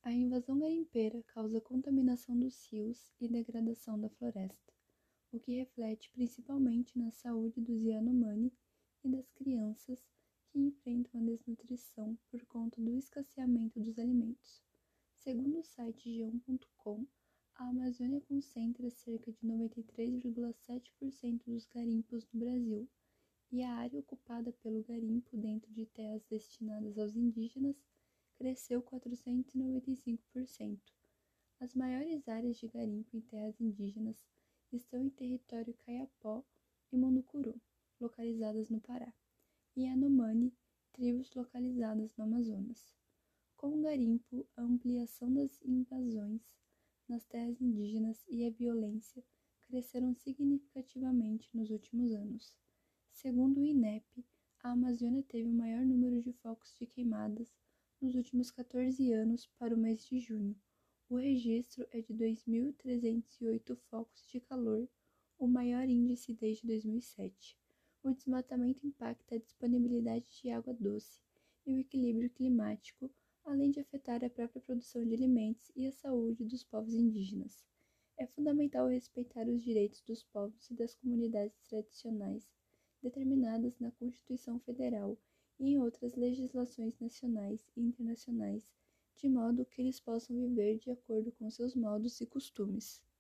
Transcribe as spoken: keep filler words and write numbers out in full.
A invasão garimpeira causa contaminação dos rios e degradação da floresta, o que reflete principalmente na saúde dos Yanomami e das crianças que enfrentam a desnutrição por conta do escasseamento dos alimentos. Segundo o site G um ponto com, a Amazônia concentra cerca de noventa e três vírgula sete por cento dos garimpos no Brasil, e a área ocupada pelo garimpo dentro de terras destinadas aos indígenas cresceu quatrocentos e noventa e cinco por cento. As maiores áreas de garimpo em terras indígenas estão em território Caiapó e Monducuru, localizadas no Pará, e Yanomami, tribos localizadas no Amazonas. Com o garimpo, a ampliação das invasões nas terras indígenas e a violência cresceram significativamente nos últimos anos. Segundo o INEP, a Amazônia teve o maior número de focos de queimadas nos últimos quatorze anos para o mês de junho. O registro é de dois mil trezentos e oito focos de calor, o maior índice desde dois mil e sete. O desmatamento impacta a disponibilidade de água doce e o equilíbrio climático, além de afetar a própria produção de alimentos e a saúde dos povos indígenas. É fundamental respeitar os direitos dos povos e das comunidades tradicionais, determinadas na Constituição Federal e em outras legislações nacionais e internacionais, de modo que eles possam viver de acordo com seus modos e costumes.